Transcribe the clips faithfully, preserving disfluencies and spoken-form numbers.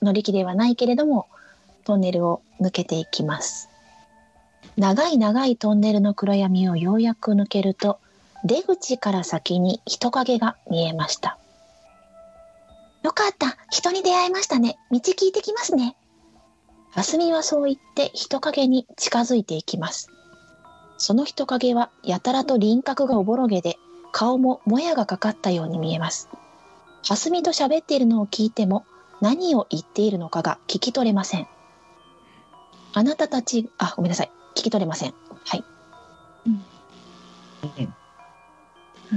乗り気ではないけれどもトンネルを抜けていきます。長い長いトンネルの暗闇をようやく抜けると、出口から先に人影が見えました。よかった、人に出会いましたね。道聞いてきますね。蓮見はそう言って人影に近づいていきます。その人影はやたらと輪郭がおぼろげで、顔ももやがかかったように見えます。蓮見と喋っているのを聞いても何を言っているのかが聞き取れません。あなたたち、あ、ごめんなさい、聞き取れません。はい。 うんうん、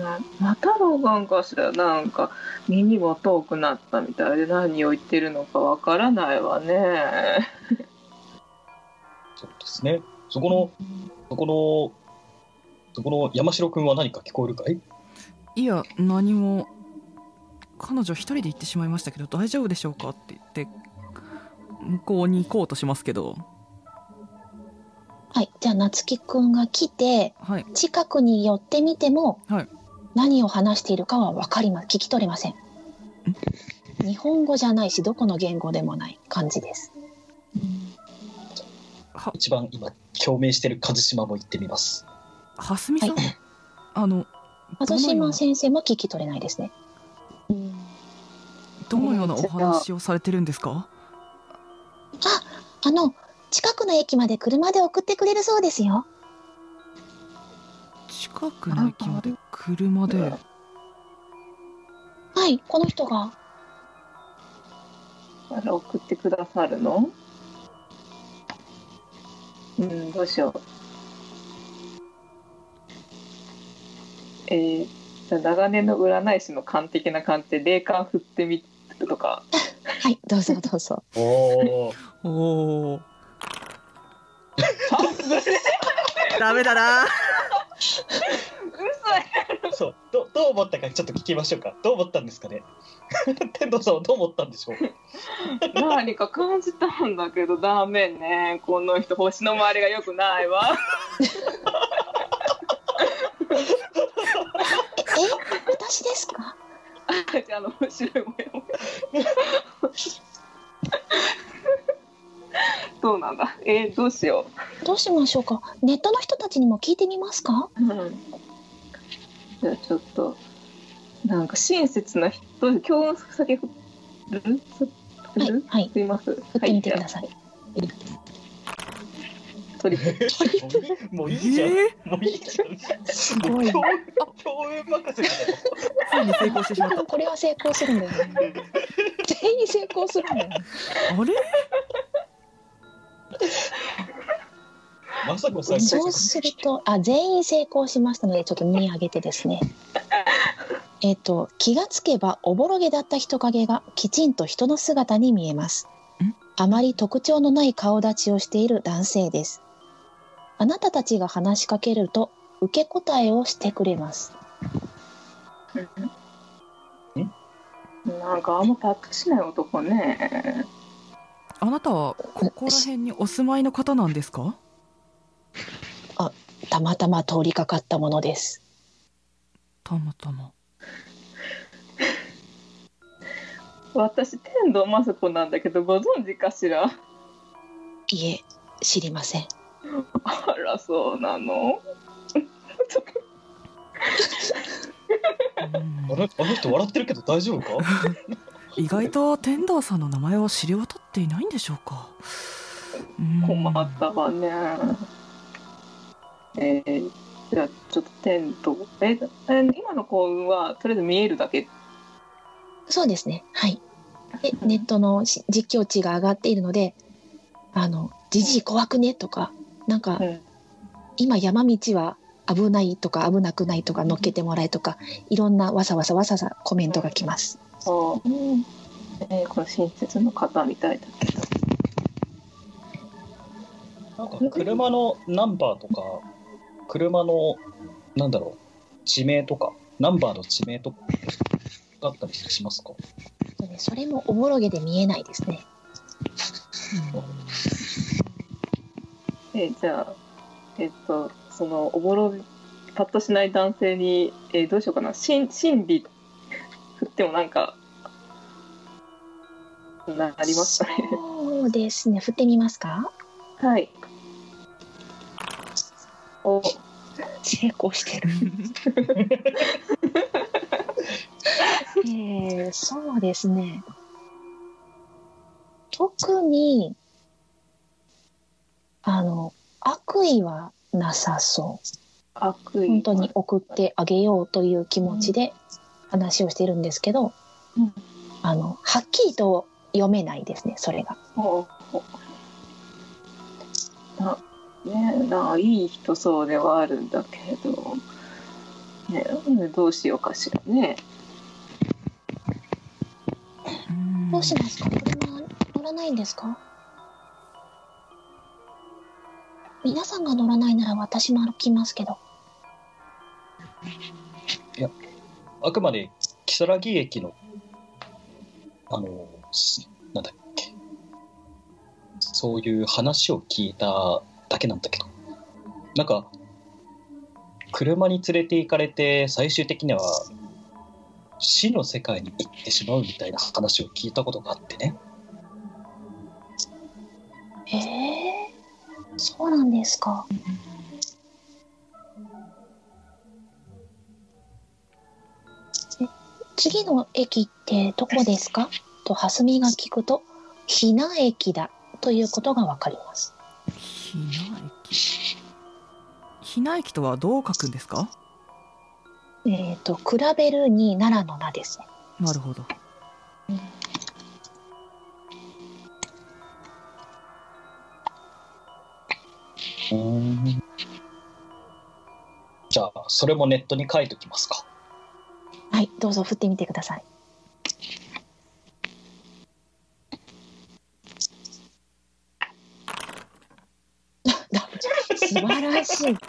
ままた老眼かしら。なんか耳も遠くなったみたいで何を言ってるのかわからないわね。 そうですね。そこのそこのそこの山城くんは何か聞こえるかい？ いや、何も。彼女一人で行ってしまいましたけど大丈夫でしょうかって言って向こうに行こうとしますけど。 はい、じゃあ夏希くんが来て、 はい、 近くに寄ってみても、 はい、何を話しているかは分かりま聞き取れません。日本語じゃないしどこの言語でもない感じです。 一番今共鳴してる梶島も行ってみます。 蓮見さん、はい、あの梶島先生も聞き取れないですね。 どのようなお話をされてるんですか？ あ、あの近くの駅まで車で送ってくれるそうですよ。 近くの駅まで車で。 はい、この人が。 あら、送ってくださるの？うん、どうしよう。えー、じゃあ長年の占い師の勘的な感じで霊感振ってみるとか。 はい、どうぞどうぞ。 おおお。ダメだな。 嘘。 そう、どどう思ったかちょっと聞きましょうか。どう思ったんですかね。天童さんはどう思ったんでしょう。 何か感じたんだけどダメね。この人星の周りが良くないわ。 え、私ですか？ あの白いもやもや。どうなんだ。えー、どうしよう。どうしましょうか。ネットの人たちにも聞いてみますか？ うん。じゃあちょっとなんか親切な人、今日先振る？振る？ はい、はい。 振ります。 振ってみてください。はい、 トリプル。 もういいじゃん。えー、もういいじゃん。 すごい。 共演任せだよ。 ついに成功してしまった。 これは成功するんだよね。全員成功するんだよね。 あれ？ まさかそうすると、あ、全員成功しましたのでちょっとに上げてですね。えっと気がつけばおぼろげだった人影がきちんと人の姿に見えます。あまり特徴のない顔立ちをしている男性です。あなたたちが話しかけると受け答えをしてくれます。 なんかあんまパッとしない男ね。 あなたはここら辺にお住まいの方なんですか？ あ、たまたま通りかかったものです。 たまたま。 私天童雅子なんだけどご存知かしら？ いえ、知りません。 あら、そうなの？ あの、あの人笑ってるけど大丈夫か？ 意外と天童さんの名前を知り渡っていないんでしょうか。 困ったわね。えー、じゃあちょっと天童、え今の幸運はとりあえず見えるだけ？ そうですね、はい。でネットの実況値が上がっているので、あのじじい怖くねとか、なんか、うん、今山道は危ないとか危なくないとか乗っけてもらえとか、いろんなわさわさわさわさコメントが来ます。 うん、えー、この親切の方みたいだけど、 なんか車のナンバーとか車のなんだろう地名とかナンバーの地名とかだったりしますか？ それもおぼろげで見えないですね。 うん、えー、じゃあえっ、ー、とそのおぼろパッとしない男性に、えー、どうしようかな。心理振ってもなんかなりますかね。 そうですね。振ってみますか。 はい。お、 成功してる。えー、そうですね。特にあの悪意はなさそう。 悪意。 本当に送ってあげようという気持ちで話をしているんですけど、うん、あのはっきりと読めないですね、それが。 ほうほう。な、ね、ないい人そうではあるんだけれど、ね、どうしようかしらね。 どうしますか？車乗らないんですか？皆さんが乗らないなら私も歩きますけど。 いや、あくまで如月駅のあのなんだっけ、そういう話を聞いただけなんだけど、なんか車に連れて行かれて最終的には死の世界に行ってしまうみたいな話を聞いたことがあってね。 ええー、そうなんですか。え、次の駅ってどこですかと蓮見が聞くと、ひな駅だということがわかります。 ひな駅。ひな駅とはどう書くんですか？ えっと、比べるに奈良の名ですね。 なるほど。 うん、じゃあそれもネットに書いておきますか。 はい、どうぞ振ってみてください。素晴らしい。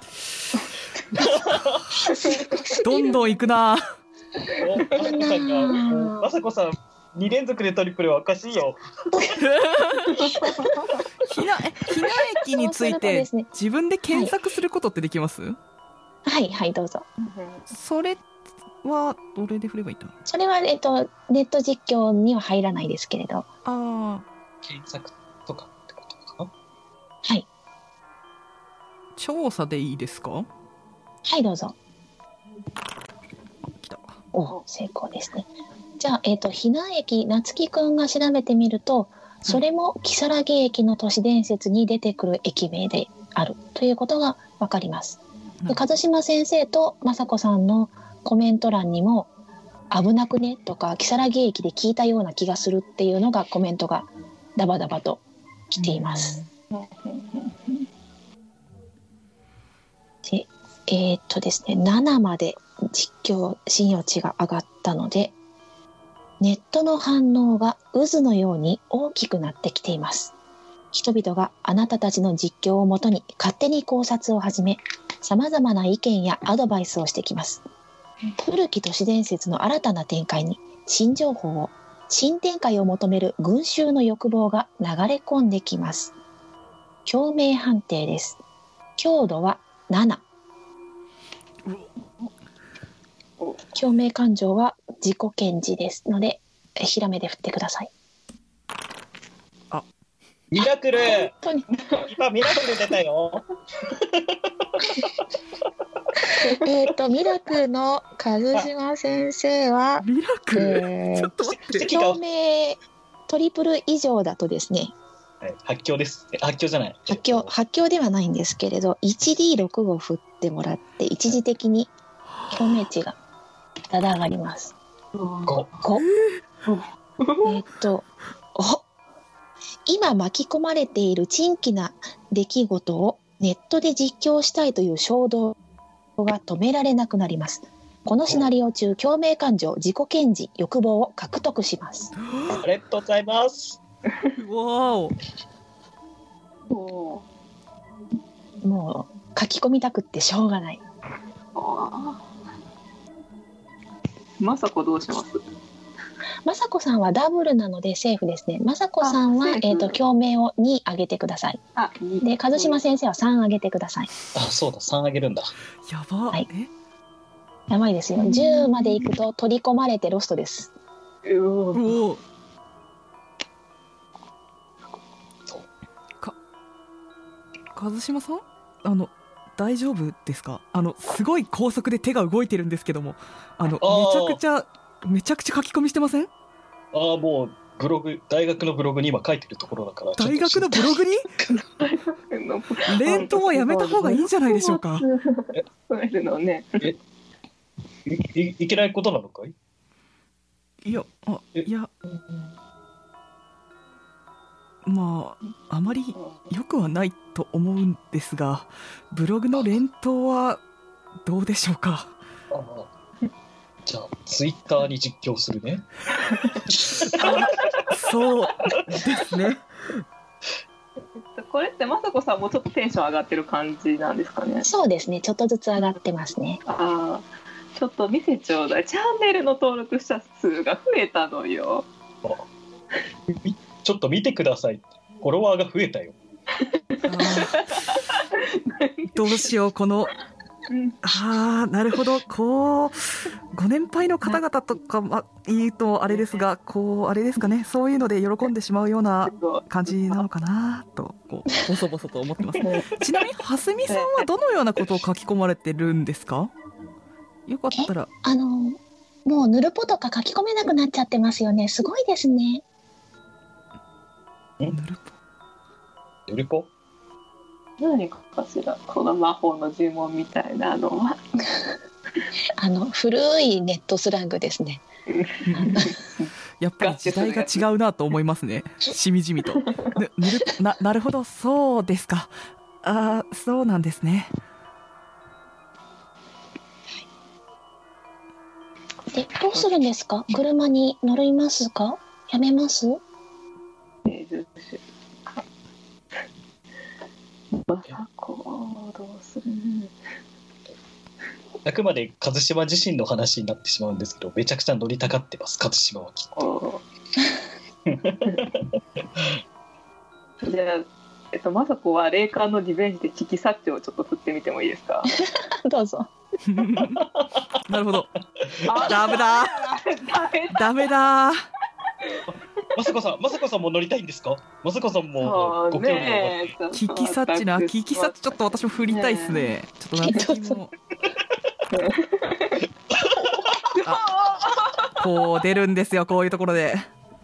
どんどん行くな。 まさこさんに連続でトリプルはおかしいよ。 ひなえひな駅について自分で検索することってできます？ はいはい、どうぞ。 それはどれで振ればいいんだ？ それは、えっと、ネット実況には入らないですけれど。ああ、 検索とかってことかな。 はい。 調査でいいですか？はい、どうぞ。 来た。 お、成功ですね。じゃあ、えっと、ひな駅、なつきくんが調べてみると、それも如月駅の都市伝説に出てくる駅名であるということがわかります。で、和島先生と雅子さんのコメント欄にも、危なくねとか、如月駅で聞いたような気がするっていうのがコメントがダバダバと来ています。で、えー、っとですね、ななまで実況信用値が上がったので、ネットの反応が渦のように大きくなってきています。人々があなたたちの実況をもとに勝手に考察を始め、様々な意見やアドバイスをしてきます。古き都市伝説の新たな展開に新情報を、新展開を求める群衆の欲望が流れ込んできます。共鳴判定です。強度はなな。共鳴感情は自己顕示ですので、ひらめで振ってください。 あ、ミラクル。今ミラクル出たよ。 えっとミラクルの和島先生はミラクル、 えー、 ちょっと待って。 共鳴トリプル以上だとですね。 はい、発狂です。発狂じゃない。 発狂発狂ではないんですけれど、いちディーろく を振ってもらって一時的に共鳴値がだだ上がります。 ご。 ご。えっと、お、今巻き込まれている珍奇な出来事をネットで実況したいという衝動が止められなくなります。このシナリオ中、共鳴感情、自己顕示、欲望を獲得します。 ありがとうございます。 わお。 もう書き込みたくってしょうがない。 まさこどうします？ まさこさんはダブルなのでセーフですね。まさこさんは、えーと、共鳴をに上げてください。 あ、 で、和島先生はさん上げてください。 あ、そうだ、さん上げるんだ。 やば、 はい、 えやばいですよ。じゅうまでいくと取り込まれてロストです。 うお和島さん、あの大丈夫ですか？あのすごい高速で手が動いてるんですけども、あのあーめちゃくちゃめちゃくちゃ書き込みしてません？ ああ、もうブログ、大学のブログに今書いてるところだから。 大学のブログに連投はやめた方がいいんじゃないでしょうか。 そういうのね。 いいいけないことなのかい？ いや、あ、 えいや、まああまり良くはないと思うんですが、ブログの連投はどうでしょうか。 ああ、じゃあツイッターに実況するね。 そうですね。 これって雅子さんもちょっとテンション上がってる感じなんですかね。 そうですね、ちょっとずつ上がってますね。 ああ、ちょっと見せちょうだい。チャンネルの登録者数が増えたのよ。 みちょっと見てください。フォロワーが増えたよ。 あーどうしよう、このうんああ、なるほど。こうご年配の方々とか、ま、言うとあれですが、こうあれですかね、そういうので喜んでしまうような感じなのかなと、こうボソボソと思ってます。ちなみに蓮見さんはどのようなことを書き込まれてるんですか？よかったら。 あのもうヌルポとか書き込めなくなっちゃってますよね。すごいですね。 ヌルポヌルポ？ 何かしら、この魔法の呪文みたいなのは。 あの古いネットスラングですね。 やっぱり時代が違うなと思いますね。しみじみと。ぬぬるぽななるほど、そうですか。ああ、そうなんですね。 で、どうするんですか？車に乗りますか？やめます？ 雅子どうする？ あくまで一島自身の話になってしまうんですけど、めちゃくちゃ乗りたがってます、一島はきっと。 じゃあ、えっと、雅子は霊感のリベンジで危機察知をちょっと振ってみてもいいですか？ どうぞ。 なるほど。ダメだダメだ。 まさこさん、まさこさんも乗りたいんですか？まさこさんもご興味を持って。 危機察知な、危機察知ちょっと私も振りたいですね。ちょっと何も。あ、こう出るんですよ、こういうところで。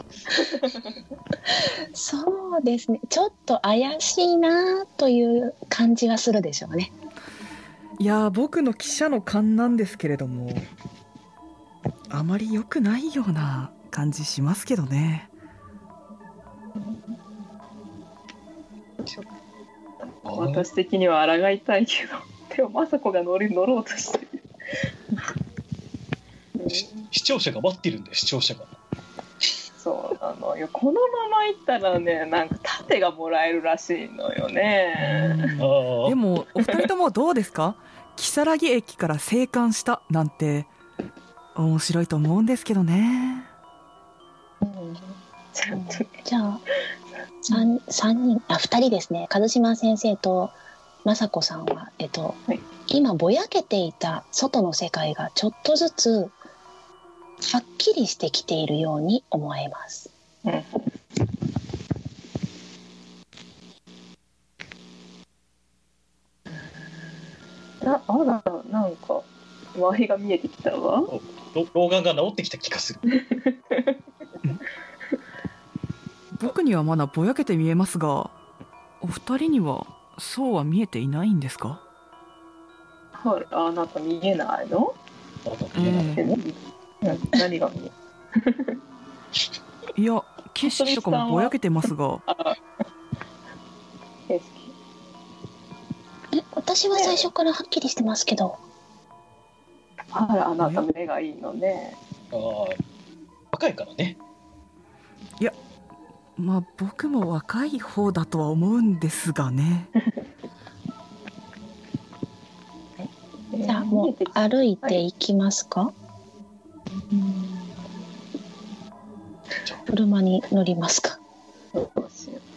そうですね、ちょっと怪しいなという感じはするでしょうね。 いや、僕の記者の勘なんですけれども、あまり良くないような感じしますけどね。 私的には抗いたいけど、でも雅子が乗り乗ろうとしてる。 視聴者が待ってるんだよ、視聴者が。 そうなのよ。このままいったらね、なんか盾がもらえるらしいのよね。 でもお二人ともどうですか？如月駅から生還したなんて面白いと思うんですけどね。 うん、ちゃんとじゃあ三三人あ二人ですね。一島先生と雅子さんは、えっとはい、 今ぼやけていた外の世界がちょっとずつはっきりしてきているように思えます。 うん、あ、あら、なんか周りが見えてきたわ。 老眼が治ってきた気がする。 僕にはまだぼやけて見えますが、お二人にはそうは見えていないんですか？ はい、あなた見えないの？ 見えない。 ええ何が見えいや、景色とかもぼやけてますが。 あ景色え、私は最初からはっきりしてますけど。 あら、あなた目がいいのね。 ああ、若いからね。 いや、まあ僕も若い方だとは思うんですがね。 じゃあもう歩いていきますか？はい、車に乗りますか？ どうしよう。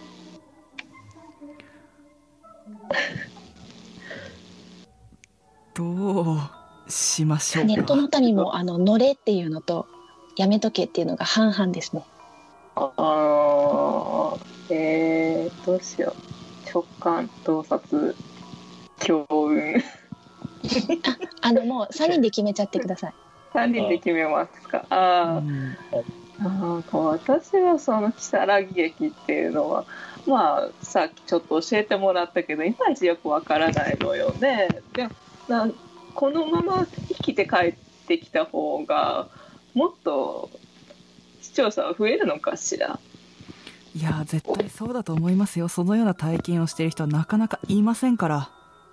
どうしましょうか。 ネットの民もあの乗れっていうのとやめとけっていうのが半々ですね。 ああ、えー、どうしよう。ち直感、洞察、強運。 あ、あのもうさんにんで決めちゃってください。 さんにんで決めますか。あうんあ、なんか私はその如月駅っていうのは、まあさっきちょっと教えてもらったけど、いまいちよくわからないのよね。でなんこのまま生きて帰ってきた方がもっと視聴者は増えるのかしら。 いや絶対そうだと思いますよ。そのような体験をしている人はなかなかいませんから。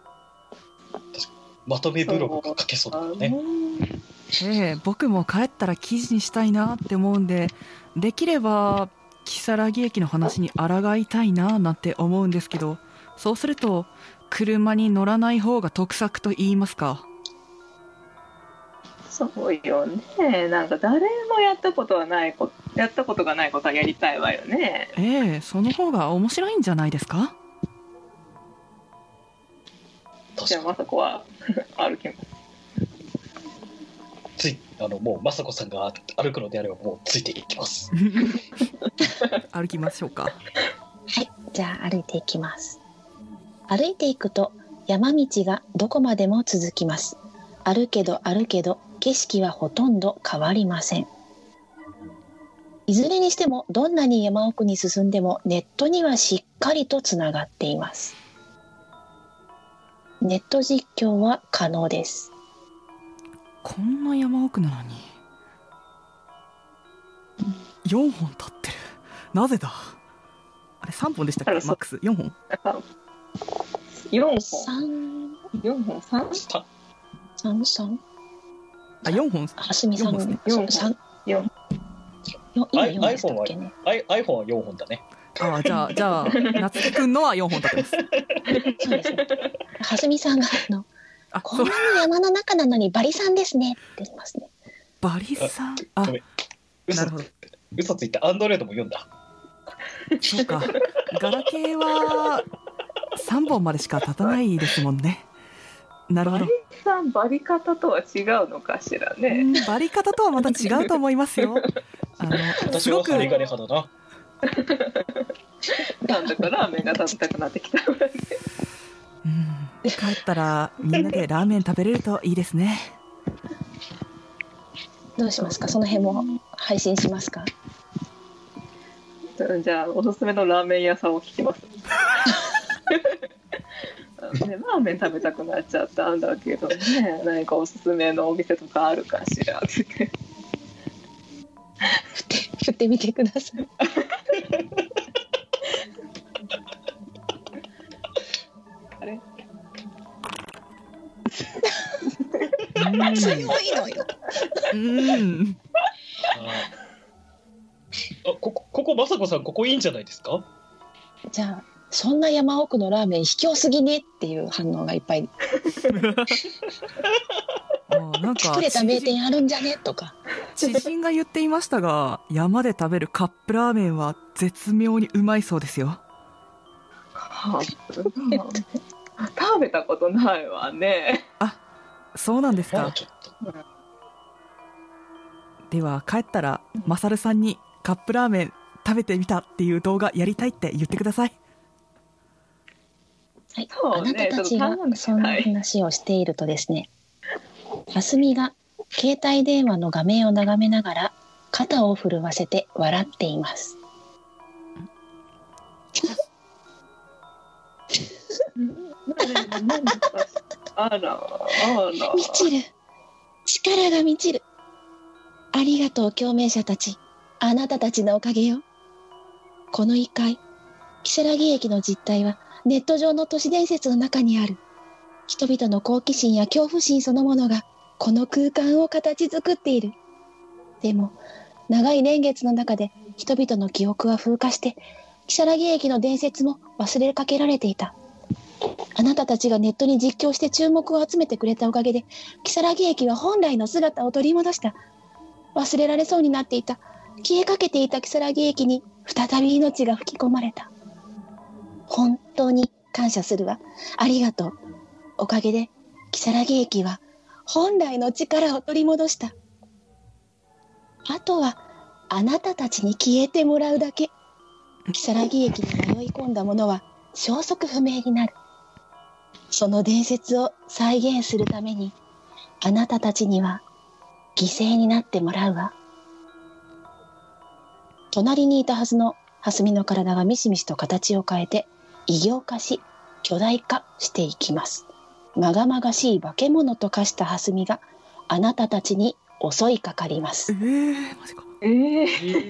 まとめブログが書けそうだからね。 ええ、僕も帰ったら記事にしたいなって思うんで、できれば如月駅の話に抗いたいななんて思うんですけど、そうすると車に乗らない方が得策と言いますか。 そうよね。なんか誰もやったことはないこと、やったことがないことはやりたいわよね。 ええ、その方が面白いんじゃないですか。 じゃあ雅子は歩きます。 ついあのもう雅子さんが歩くのであればもうついていきます。 歩きましょうか。 はい、じゃあ歩いていきます。歩いていくと山道がどこまでも続きます。歩けど歩けど景色はほとんど変わりません。いずれにしてもどんなに山奥に進んでもネットにはしっかりとつながっています。ネット実況は可能です。 こんな山奥なのによんほん立ってる。なぜだ。あれさんぼんでしたっけ、マックス。よんほんよんほんさん、 よんほんさんさん、さんあ、よんほん。 はすみさん、 よんほんですね。 よんさん、 よんよ今よんでしたっけね。 iPhone はよんほんだね。 ああ、じゃあじゃあ夏樹くんのはよんほん立ってます。 そうですね。はすみさんがあのあ、そうんこなに山の中なのにバリさんですねって言いますね。 バリさん。あ、 ごめん。嘘なるほど。 嘘ついてアンドロイドも読んだ。 そうか。ガラケーはさんぼんまでしか立たないですもんね。なるほど。 バリさんバリ方とは違うのかしらうね。 ん、バリ方とはまた違うと思いますよ。あの私すごくは針金派だな。 なんだかラーメンが食べたくなってきた。 うん、帰ったらみんなでラーメン食べれるといいですね。 どうしますか。その辺も配信しますか。 じゃあおすすめのラーメン屋さんを聞きます。ね、ラーメン食べたくなっちゃったんだけどね、何かおすすめのお店とかあるかしらって。 振って振ってみてください。 あれうん強いのよ。 うんあ、ここここ雅子さんここいいんじゃないですか。 じゃあそんな山奥のラーメン卑怯すぎねっていう反応がいっぱい。 もうなんか作れた名店あるんじゃねとか。 知人が言っていましたが、山で食べるカップラーメンは絶妙にうまいそうですよ。 食べたことないわね。 あ、そうなんですか。 まだちょっと。 では帰ったらマサルさんにカップラーメン食べてみたっていう動画やりたいって言ってください。 はい、 そうねあなたたちがそんな話をしているとですね、はすみが携帯電話の画面を眺めながら肩を震わせて笑っています。 あらあら。 満ちる、力が満ちる。ありがとう共鳴者たち、あなたたちのおかげよ。この異界、如月駅の実態はネット上の都市伝説の中にある。人々の好奇心や恐怖心そのものがこの空間を形作っている。でも長い年月の中で人々の記憶は風化して、如月駅の伝説も忘れかけられていた。あなたたちがネットに実況して注目を集めてくれたおかげで、如月駅は本来の姿を取り戻した。忘れられそうになっていた、消えかけていた如月駅に再び命が吹き込まれた。本当に感謝するわ。ありがとう。おかげで如月駅は本来の力を取り戻した。あとはあなたたちに消えてもらうだけ。如月駅に迷い込んだ者は消息不明になる。その伝説を再現するために、あなたたちには犠牲になってもらうわ。隣にいたはずの蓮見の体がみしみしと形を変えて異形化し巨大化していきます。まがまがしい化け物と化した蓮見があなたたちに襲いかかります。 えー、マジか。 えー、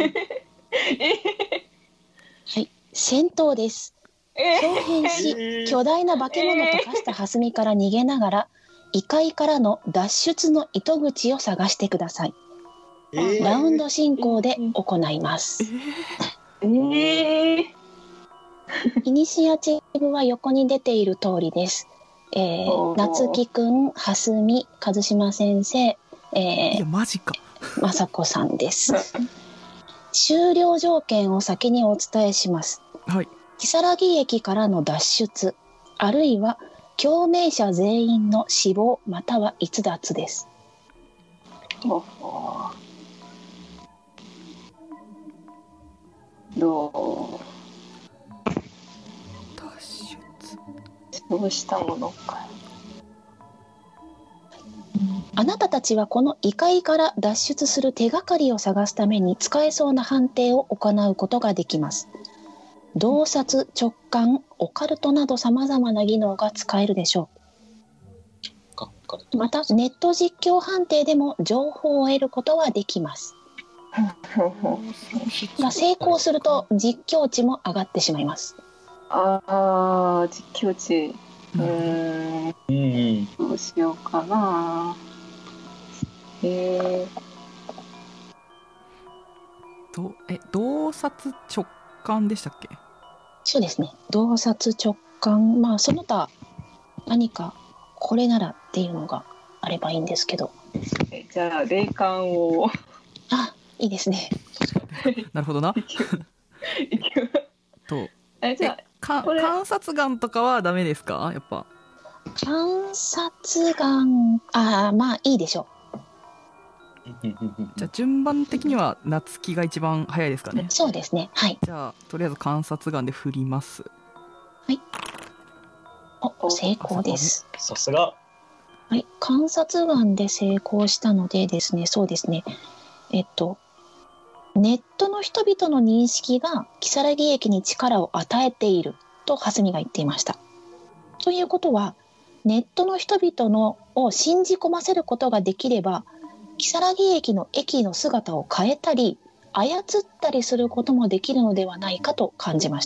はい、戦闘です。豹変し巨大な化け物と化した蓮見から逃げながら異界からの脱出の糸口を探してください。 えー、 ラウンド進行で行います。 えー、 イニシアチブは横に出ている通りです。えー、夏樹くん、蓮見、一島先生、えいやマジか。 ー、雅子さんです。終了条件を先にお伝えします。 はい。 如月駅からの脱出、あるいは共鳴者全員の死亡または逸脱です。 ほほどう脱出。 そうしたものか。 あなたたちはこの異界から脱出する手がかりを探すために使えそうな判定を行うことができます。洞察、直感、オカルトなど様々な技能が使えるでしょう。またネット実況判定でも情報を得ることはできます。が成功すると実況値も上がってしまいます。 ああ、実況値。うーん、 うん、 どうしようかな。えー、どえ洞察直感でしたっけ？ そうですね。洞察直感、まあその他何かこれならっていうのがあればいいんですけど。 えじゃあ霊感を。 あ、いいですね。 なるほどな。とえじゃあか観察眼とかはダメですか？やっぱ観察眼、ああまあいいでしょじゃあ順番的には夏希が一番早いですかね。 そうですね。はい。 じゃあとりあえず観察眼で振ります。 はい。お、成功です。 さすが。 はい、観察眼で成功したのでですね、そうですね。えっとネットの人々の認識が如月駅に力を与えていると蓮見が言っていました。ということはネットの人々のを信じ込ませることができれば如月駅の駅の姿を変えたり操ったりすることもできるのではないかと感じました。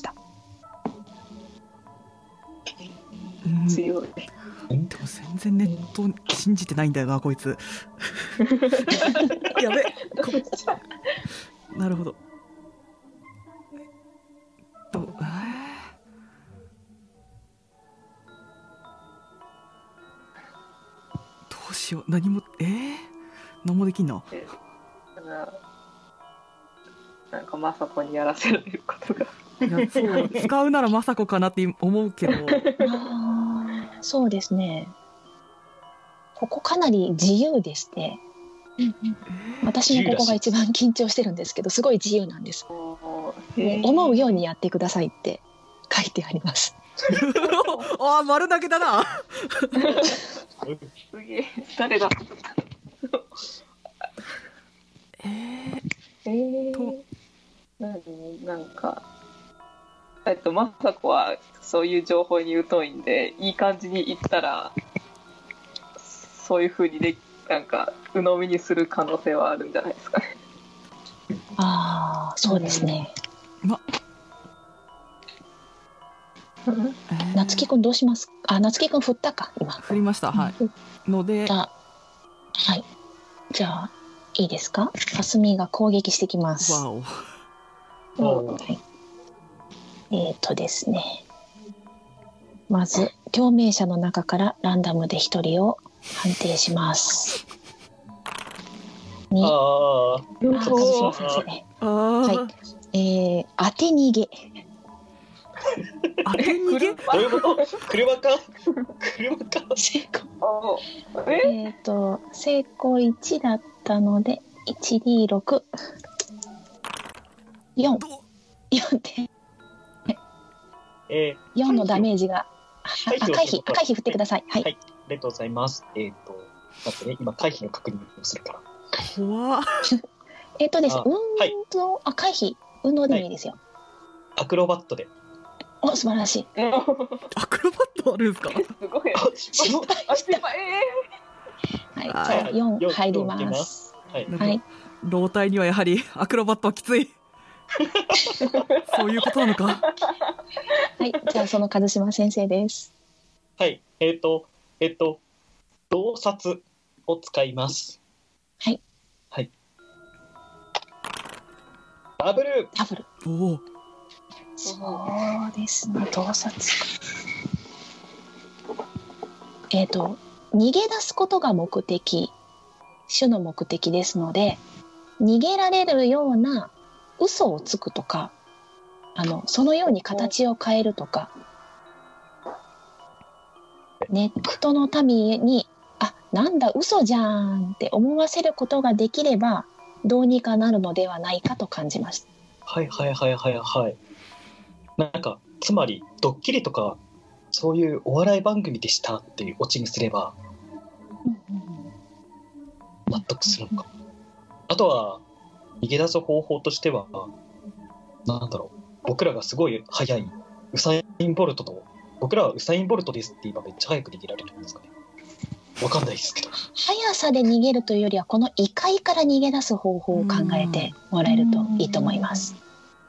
うん、 強い。 でも全然ネット信じてないんだよなこいつ。やべこなるほど。どう、えー、どうしよう何もえー、何もできんな。 なんか雅子にやらせられることが。 いやそう使うなら雅子かなって思うけど。 あそうですね。ここかなり自由でして、私もここが一番緊張してるんですけどすごい自由なんです。ね、思うようにやってくださいって書いてあります。 ああ丸投げだな。 すげえ誰だ。 えー、 えー、 と何なんかえっと雅子はそういう情報に疎いんでいい感じに言ったらそういう風にでなんか鵜呑みにする可能性はあるんじゃないですかね。 ああそうですね。 ま夏希くんどうしますか？あ、夏希くん振ったか今。 振りましたはいのであはいじゃあいいですか？蓮見が攻撃してきます。 わお、 はい、えーとですねまず共鳴者の中からランダムでひとりを判定します。に、 ああ、一島先生ね。 あはい、えー、当て逃げ。 当て逃げ？ どういうこと？車か？車か？ 成功。 ええーと成功いちだったのでいち、に、ろく、よん、よんてん。 ええー、 よんのダメージが回避をあ回避回避振ってください。はい、 はい、ありがとうございます。えっ、ー、と待ってね、今回避の確認をするから。 怖っ。 えっとですあ運動、はい、あ回避運動でもいいですよ、 はい、アクロバットで。 お素晴らしい。 アクロバットあるんですか。 すごい。 失敗した。 はい、 じゃあよん入ります。 はい。 はい。 老体にはやはりアクロバットはきつい。そういうことなのか。 はい。じゃあその一島先生です。 はい。えっ、ー、とえっ、ー、と洞察を使います。 はい。 はい。ダブル。 ダブル。 おお。 そうですね。洞察。えっ、ー、と逃げ出すことが目的、主の目的ですので、逃げられるような嘘をつくとか、あのそのように形を変えるとか、ネットの民にあなんだ嘘じゃんって思わせることができればどうにかなるのではないかと感じました。 はいはいはいはいはい。なんかつまりドッキリとかそういうお笑い番組でしたっていうオチにすれば納得するのか。あとは逃げ出す方法としてはなんだろう、僕らがすごい速いウサイン・ボルトと僕らはウサイン・ボルトですって言えばめっちゃ速く逃げられるんですかね。わかんないですけど、 速さで逃げるというよりはこの異界から逃げ出す方法を考えてもらえるといいと思います。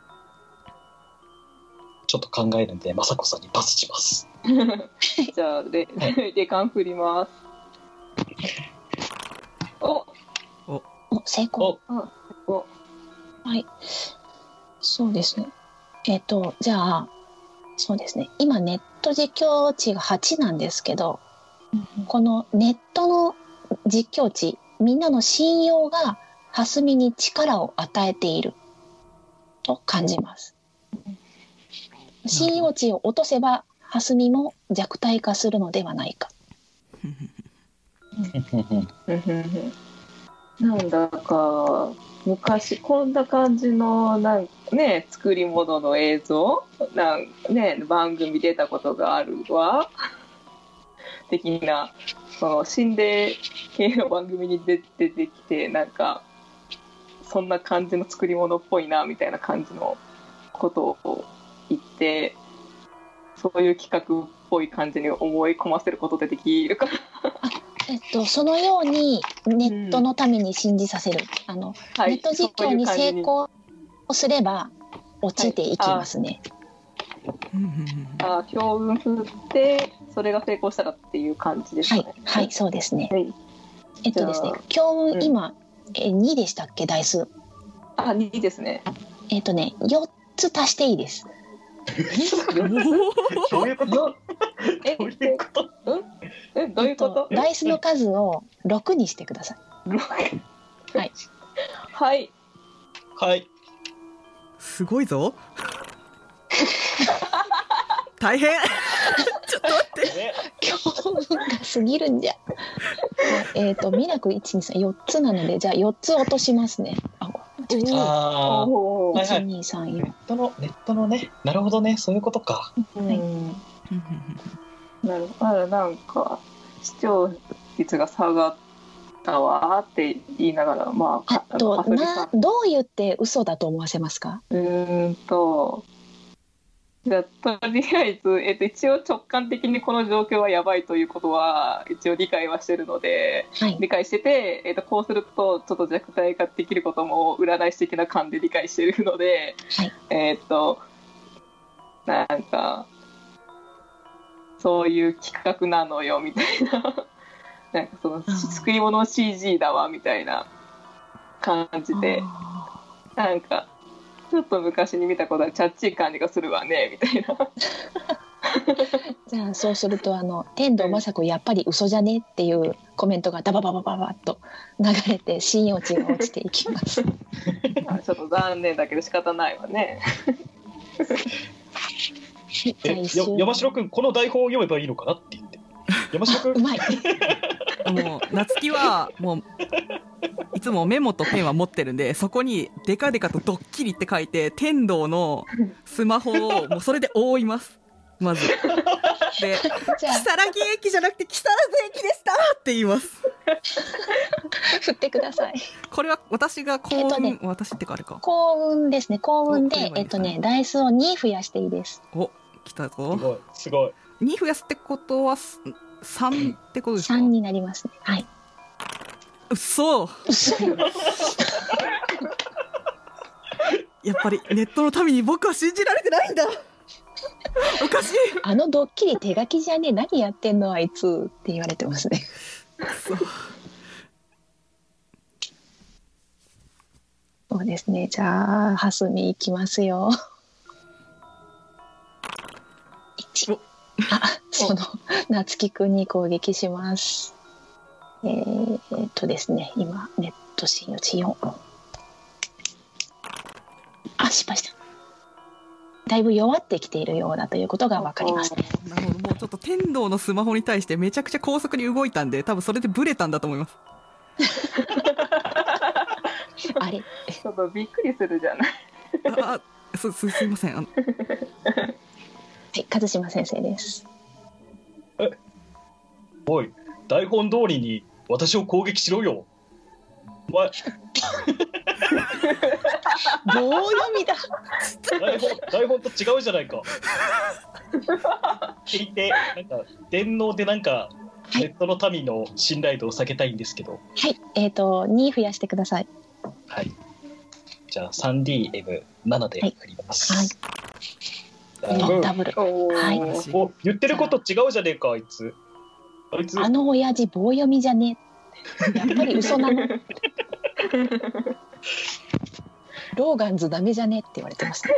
ちょっと考えるんで雅子さんにパスします。 じゃあレレカン振ります。おお成功。 おおはい、そうですね。えっ、ー、とじゃあそうですね。今ネット実況値がはちなんですけど、うん、このネットの実況値、みんなの信用が蓮見に力を与えていると感じます。信用値を落とせば蓮見も弱体化するのではないか。 なんだか昔こんな感じのなんね作り物の映像なんね番組出たことがあるわ的な、その心霊系の番組に出てきて、なんかそんな感じの作り物っぽいなみたいな感じのことを言って、そういう企画っぽい感じに思い込ませることでできるかな。 えっと、そのようにネットのために信じさせる、うん、あの、はい、ネット実況に成功すれば落ちていきますね。 はい、あ、強運振ってそれが成功したらっていう感じですかね。 はい、はい、そうですね。 はい、 えっとですね、強運今、うん、えにでしたっけ台数。 あ、にですね。 えっとね、よっつ足していいです。 どういうことえどういうことえどういうこと、 えっと、ダイスの数をろくにしてください。はいはいはいすごいぞ大変ちょっと待って強運が過ぎるんじゃえっとミラクいちにさんよっつなので、じゃあよっつ落としますね。ああー、いちにさんよん、 ネットのネットのね、なるほどね、そういうことか。 はい、なるほど。なんか視聴率が下がったわって言いながら、まあ、 あとなどう言って嘘だと思わせますか？ うーんとじゃあとりあえず、えっと、一応直感的にこの状況はやばいということは一応理解はしてるので、はい、理解してて、えっと、こうするとちょっと弱体化できることも占い師的な感で理解してるので、はい、えっとなんかそういう企画なのよみたいななんかその作り物 シージー だわみたいな感じで、なんかちょっと昔に見たことはチャッチー感じがするわねみたいなじゃあそうするとあの天童雅子やっぱり嘘じゃねっていうコメントがダバババババッと流れて信用値が落ちていきますちょっと残念だけど仕方ないわねえ山城くんこの台本を読めばいいのかなって言って山城くんうまいもう夏希はもういつもメモとペンは持ってるんで、そこにデカデカとドッキリって書いて天童のスマホをもうそれで覆いますまず。で、 じゃあ木更木駅じゃなくて木更津駅でしたって言います。 振ってください。 これは私が幸運、 えっとね私ってかあれか。 幸運ですね。幸運お振れで、 ばいいですかねえっとね、ダイスをに増やしていいです。 お、来たすぞ。 ごいすごい。 に増やすってことはすさんってことですか。 さんになりますね。はい。 うっそ。やっぱりネットのために僕は信じられてないんだ。おかしい。 あのドッキリ手書きじゃねえ、何やってんのあいつって言われてますね。 そうそうですね。じゃあ、ハスミいきますよ。いちおあ、その、夏樹くんに攻撃します。えー、えっとですね、今、ネット信用値よん。あ、失敗した。だいぶ弱ってきているようだということがわかりますね。 なるほど。もうちょっと天童のスマホに対してめちゃくちゃ高速に動いたんで、多分それでブレたんだと思います。 あれちょっとびっくりするじゃない。 あ、すすすいません。あのはい、一島先生です。 おい、台本通りに私を攻撃しろよ。お前、 棒読みだ。 台本台本と違うじゃないか。聞いて、なんか電脳でなんかはいネットの民の信頼度を下げたいんですけど。 はい、えっ、と、に増やしてください。 はい。じゃあ スリーディーエムなな で振ります。 はい。 あよんダブル。 おーはいお、言ってること違うじゃねえか、あいつ。あいつ、 あの親父棒読みじゃねえ。やっぱり嘘なの。ローガンズダメじゃねって言われてました。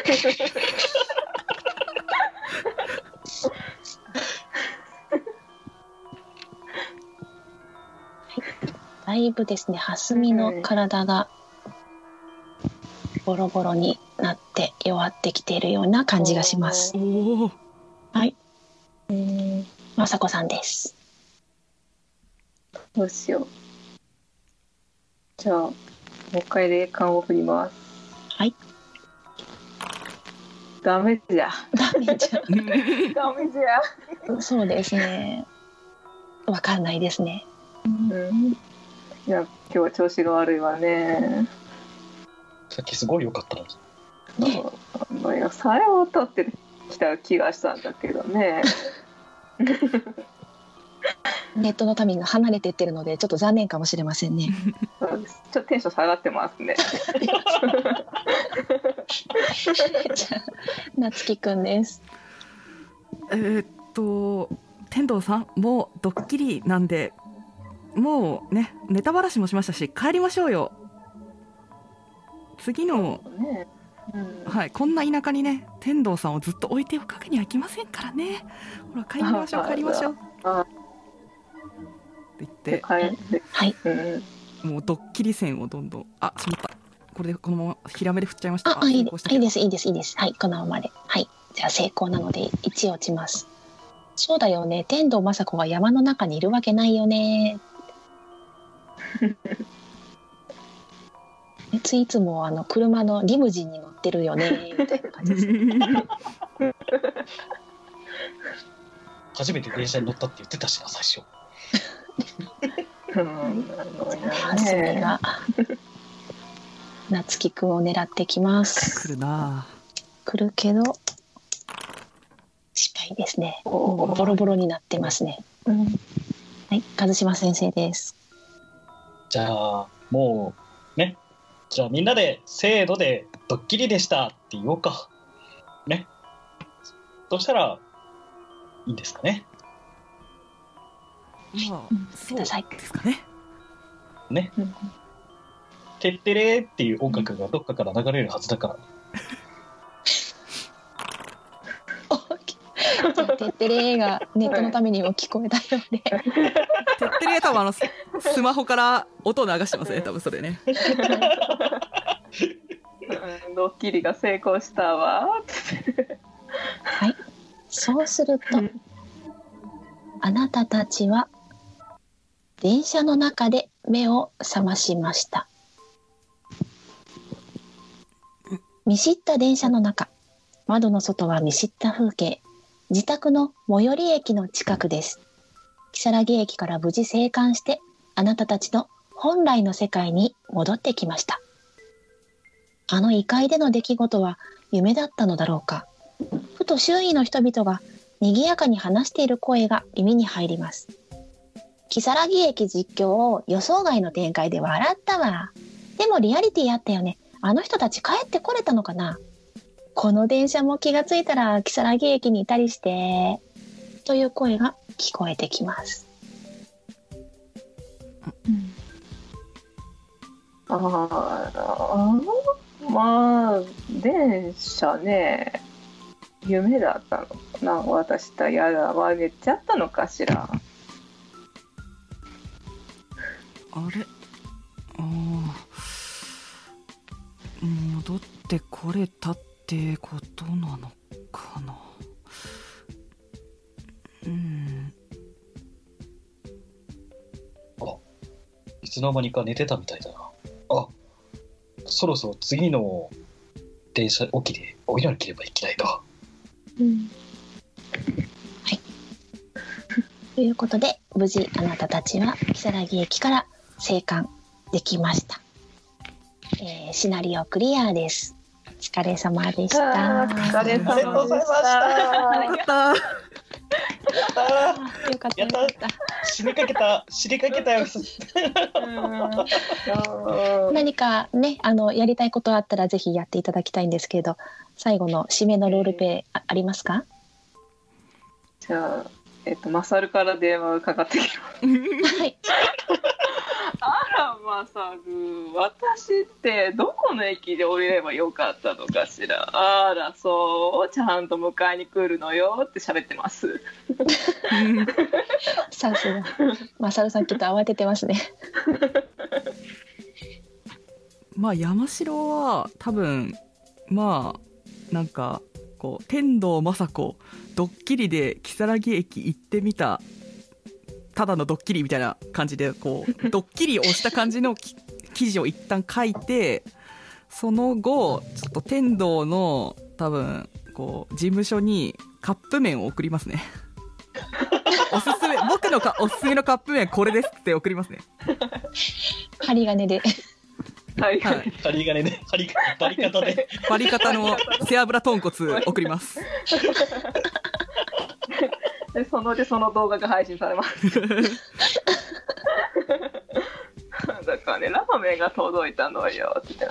だいぶですね、ハスミの体がボロボロになって弱ってきているような感じがします。 おお。 はい、 えーまさこさんです。 どうしよう。じゃあもう一回霊感を振ります。 はい。 ダメじゃ。 ダメじゃダメじゃ。 ん。そうですね。わかんないですね。 うん。いや今日は調子が悪いわね。 さっきすごい良かったのに。 ね、 まあいやさえ渡ってきた気がしたんだけどね。 ネットの民が離れていってるのでちょっと残念かもしれませんね。 そうです。ちょっとテンション下がってますね。 じゃあ夏樹くんです。 えーっと天童さん、もうドッキリなんで、もうね、ネタばらしもしましたし帰りましょうよ。次の、 ね。うん。 はい、こんな田舎にね天童さんをずっと置いておくわけにはいきませんからね。ほら帰りましょうあ帰りましょうあってで言っ帰って。 はい。 うん。 て、もうドッキリ線をどんどん、あ、しまった、これでこのままヒラメで振っちゃいました。 あ、あいい成功したけどいいです、いいです、いいです。はい、このままで。はい。じゃあ成功なのでいち落ちます。そうだよね。天童雅子が山の中にいるわけないよね。いついつもあの車のリムジンに乗ってるよねみたいな感じです。 初めて電車に乗ったって言ってたしな、最初。 うん。なるほどハスミね。 が夏樹くんを狙ってきま来す。 るな来るけど失敗ですね。 おーもうボロボロになってますね。 うん。 はい、一島先生です。 じゃあ、もう、ね。じゃあみんなで、せーので、ドッキリでしたって言おうか。ね。そしたら、いいんですかね。 まうんあそうくださいですかね。 ね。 うんてってれーっていう音楽がどっかから流れるはずだから。 じゃあてってれーがネットのためにも聞こえたようで、 てってりえ多分あのススマホから音を流してますね、多分それね。 うんドッキリが成功したわ。 はい、そうするとあなたたちは電車の中で目を覚ましました。見知った電車の中、窓の外は見知った風景、 自宅の最寄り駅の近くです。如月駅から無事生還して、あなたたちの本来の世界に戻ってきました。あの異界での出来事は夢だったのだろうか。ふと周囲の人々が賑やかに話している声が耳に入ります。如月駅実況を予想外の展開で笑ったわ。でもリアリティあったよね。あの人たち帰ってこれたのかな。この電車も気がついたら如月駅にいたりして、という声が聞こえてきます。 うん、ああ、まあ電車ね、夢だったのかな。私とやだわ寝ちゃったのかしら。 あれ、ああ、戻ってこれたってことなのかな。うん。 あ、いつの間にか寝てたみたいだな。あ、そろそろ次の電車起きで降りなければいけないな。 うん、はい。ということで、無事あなたたちは如月駅から生還できました。えー、シナリオクリアです。お疲れ様でした。 お疲れ様でした。 ありがとうございました。 よかった。 やったー。 よかったやったー。死にかけた。死にかけたよ。 何かね、あのやりたいことあったらぜひやっていただきたいんですけど、最後の締めのロールプレイ あ, ありますか？ じゃあ、えっとマサルから電話がかかってきます。 はい。 あらマサル、私ってどこの駅で降りればよかったのかしら。あらそう、ちゃんと迎えに来るのよって喋ってます。 さすがマサルさん、きっと慌ててますね。 まあ山城は多分まあなんかこう天童雅子ドッキリで如月駅行ってみた、ただのドッキリみたいな感じでこうドッキリをした感じの記事を一旦書いて、その後ちょっと天童の多分こう事務所にカップ麺を送りますね。おすすめ、僕のかおすすめのカップ麺これですって送りますね。 針金で。 はい、 針金で、針バリ方で、 バリ方の背脂豚骨送ります。 でそのでその動画が配信されます。だからね、ラーメンが届いたのよって言って。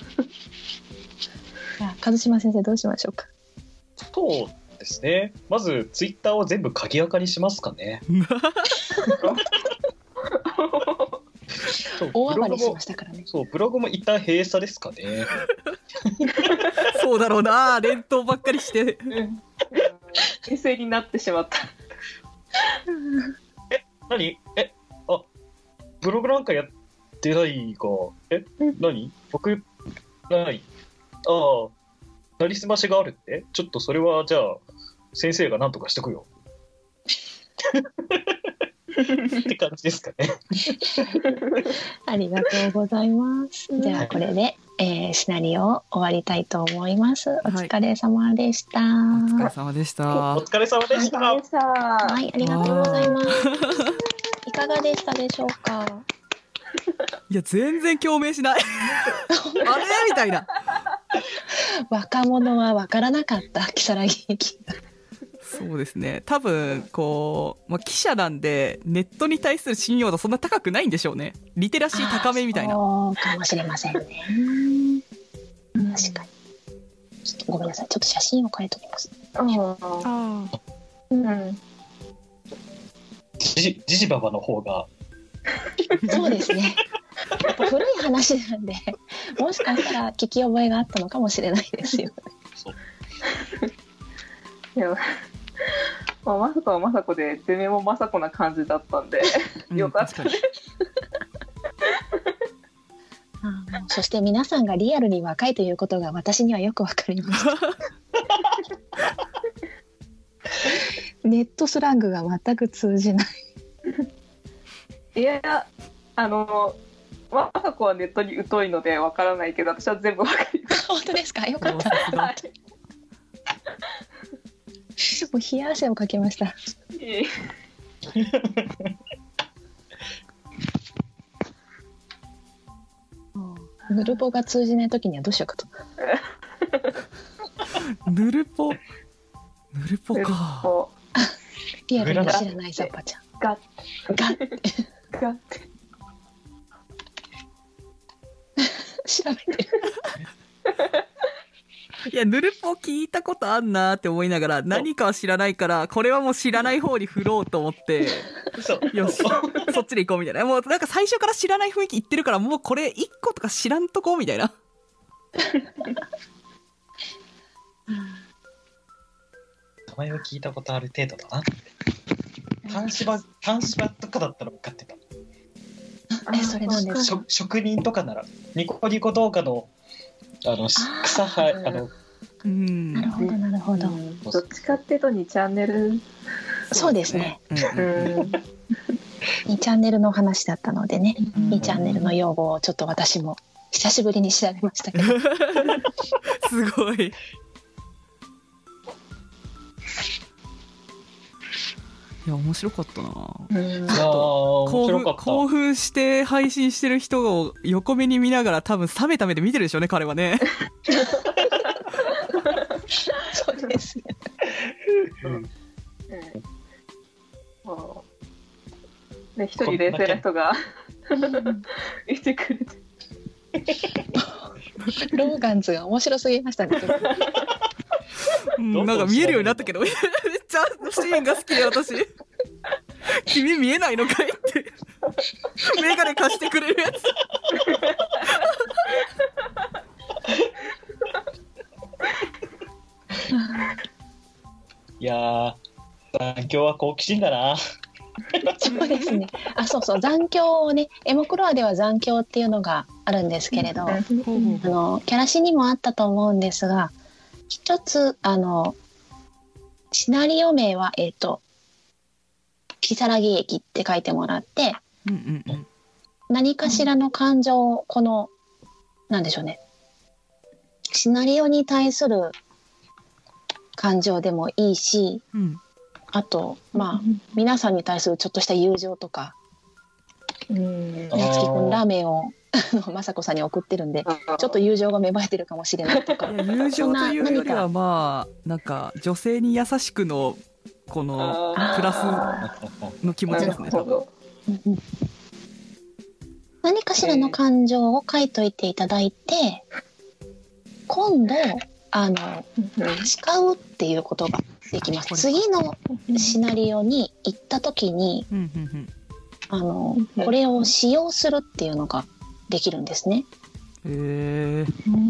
一島先生どうしましょうか。 そうですね。まずツイッターを全部鍵垢にしますかね。 大暴れしましたからね。 そう、ブログも一旦閉鎖ですかね。 そうだろうな、連投ばっかりして。 犠牲になってしまった。 え、何？え、あ、ブログなんかやってないか。え、何？僕、ない。ああ、なりすましがあるって？ちょっとそれはじゃあ、先生が何とかしとくよ。って感じですかね。 ありがとうございます。じゃあこれで、えー、シナリオを終わりたいと思います。お疲れ様でした。 はい、お疲れ様でした。 お疲れ様でした。 はい、ありがとうございます。いかがでしたでしょうか。 いや全然共鳴しない。あれみたいな。 若者は分からなかった如月駅。 そうですね、多分こう、まあ、記者なんでネットに対する信用度そんな高くないんでしょうね。リテラシー高めみたいな。 そうかもしれませんね。確かに。ちょっとごめんなさい、ちょっと写真を変えときます。 ああ、うん。 ジジジババの方が。 そうですね。やっぱ古い話なんで、もしかしたら聞き覚えがあったのかもしれないですよね。 そう。 いや、まあ、まさかはまさこで出目もまさこな感じだったんで、うん、よかったです。 あ、そして皆さんがリアルに若いということが私にはよくわかりました。ネットスラングが全く通じない。 いや、あのまさこはネットに疎いのでわからないけど、私は全部わかります。 本当ですか。よかった。はい、 う冷や汗をかきました。 ええヌルポが通じないときにはどうしようかと。 ヌルポヌルポか。 こリアルに知らないサッパちゃん。 うガッガッてガッて調べてる。 いや、ヌルポ聞いたことあんなーって思いながら、何かは知らないから、これはもう知らない方に振ろうと思って、 そうよし、そっちで行こうみたいな。もうなんか最初から知らない雰囲気言ってるから、もうこれいっことか知らんとこみたいな。 名前を聞いたことある程度だな。端芝端芝とかだったら分かってた。 え、それなんですか。 職職人とかならニコニコ動画のあのしあー草はあのうん。 なるほどなるほど。 うんどっちかっていうとにチャンネル。 そうですね。 うんうんにチャンネルの話だったのでね。 うんにチャンネルの用語をちょっと私も久しぶりに調べましたけど。 すごい。いや、面白かったな。 うんいやー面興奮白かった。 興奮して配信してる人を横目に見ながら多分冷めた目で見てるでしょうね、彼はね。 そうです。 うんうんああね、一人冷静な人がいてくれて。 ローガンズが面白すぎましたね。 うんなんか見えるようになったけど、めっちゃシーンが好きで私。君見えないのかいって。メガネ貸してくれるやつ。 いやー残響は好奇心だな。 そうですね。あ、そうそう、残響をね、エモクロアでは残響っていうのがあるんですけれど、あのキャラシにもあったと思うんですが、一つあのシナリオ名はえっ、と如月駅って書いてもらって、 うんうんうん何かしらの感情をこのなんでしょうね、シナリオに対する感情でもいいし、 うんあとまあ皆さんに対するちょっとした友情とか、 うんあーやつきくんラーメンを雅子さんに送ってるんで、ちょっと友情が芽生えてるかもしれないとか。 いや友情というよりはまあなんか女性に優しくのこのプラスの気持ちですね、多分。 うんうん何かしらの感情を書いといていただいて、今度あの使うっていうことができます。次のシナリオに行った時にうんうんうんあのこれを使用するっていうのができるんですね。 へえ。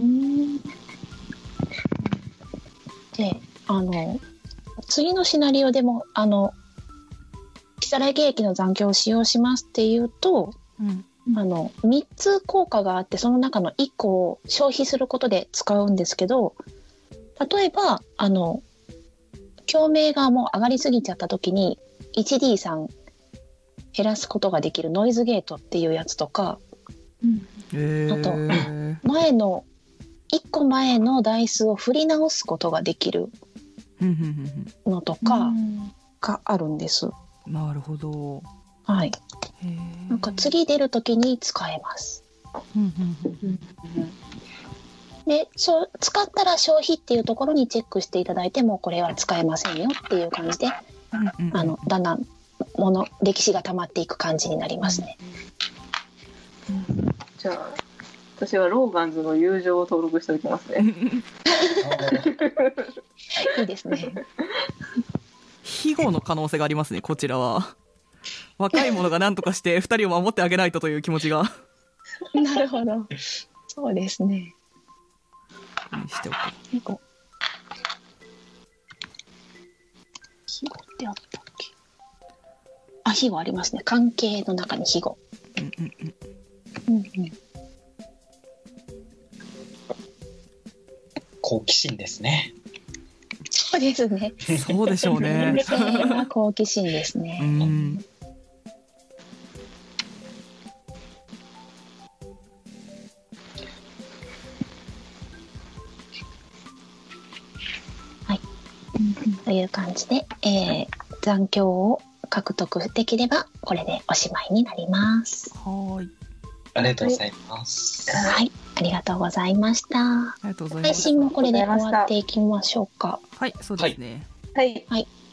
であの次のシナリオでもあの如月駅の残響を使用しますっていうと、 うんあのみっつ効果があって、その中のいっこを消費することで使うんですけど、例えばあの共鳴がもう上がりすぎちゃった時に ワンディーさん 減らすことができるノイズゲートっていうやつとか、 へあとえ。 前のいっこまえのダイスを振り直すことができるうんうんのとかがあるんです。 うんなるほど。 はい、 へえ。 なんか次出る時に使えます。 うんうんうんでそう使ったら消費っていうところにチェックしていただいても、これは使えませんよっていう感じで、 うんうんあのだんだんもの歴史が溜まっていく感じになりますね。 じゃあ私はローガンズの友情を登録しておきますね。 いいですね。 庇護の可能性がありますね、こちらは。若い者が何とかしてふたりを守ってあげないとという気持ちが。 なるほど。そうですね。 しておく。 なんか庇護ってあったっけ？あ、庇護ありますね。関係の中に庇護。 うんうんうんうんうん。 好奇心ですね。 そうですね。 そうでしょうね人。生は好奇心ですうね。 ん。 はい。うんうんという感じで、えー、残響を獲得できればこれでおしまいになります。 はい。 ありがとうございます。 はい、ありがとうございました。 ありがとうございます。 配信もこれで終わっていきましょうか。 はい、そうですね。 はい。 はい。